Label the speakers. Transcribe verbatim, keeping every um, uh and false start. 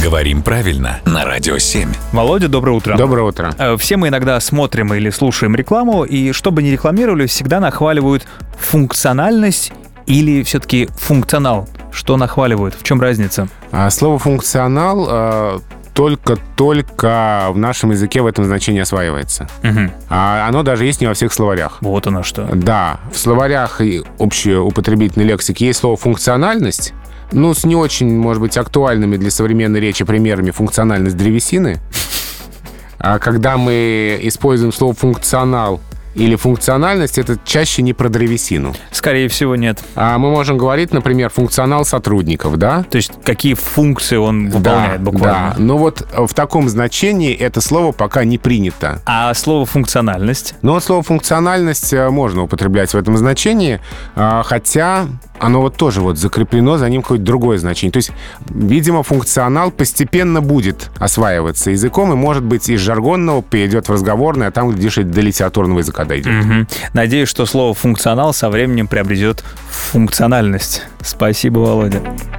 Speaker 1: Говорим правильно на Радио семь.
Speaker 2: Володя, доброе утро.
Speaker 3: Доброе утро.
Speaker 2: Все мы иногда смотрим или слушаем рекламу, и что бы ни рекламировали, всегда нахваливают функциональность или все-таки функционал. Что нахваливают? В чем разница?
Speaker 3: А, слово «функционал» а, только-только в нашем языке в этом значении осваивается.
Speaker 2: Угу.
Speaker 3: А оно даже есть не во всех словарях.
Speaker 2: Вот оно что.
Speaker 3: Да, в словарях и общеупотребительной лексике есть слово «функциональность». Ну, с не очень, может быть, актуальными для современной речи примерами функциональность древесины. А когда мы используем слово «функционал» или «функциональность», это чаще не про древесину.
Speaker 2: Скорее всего, нет.
Speaker 3: А мы можем говорить, например, «функционал сотрудников», да?
Speaker 2: То есть какие функции он выполняет,
Speaker 3: да,
Speaker 2: буквально.
Speaker 3: Да, но вот в таком значении это слово пока не принято.
Speaker 2: А слово «функциональность»?
Speaker 3: Но слово «функциональность» можно употреблять в этом значении, хотя оно вот тоже вот закреплено за ним какое-то другое значение. То есть, видимо, функционал постепенно будет осваиваться языком, и, может быть, из жаргонного перейдет в разговорный, а там, глядишь, и до литературного языка дойдет.
Speaker 2: Угу. Надеюсь, что слово «функционал» со временем приобретет функциональность. Спасибо, Володя.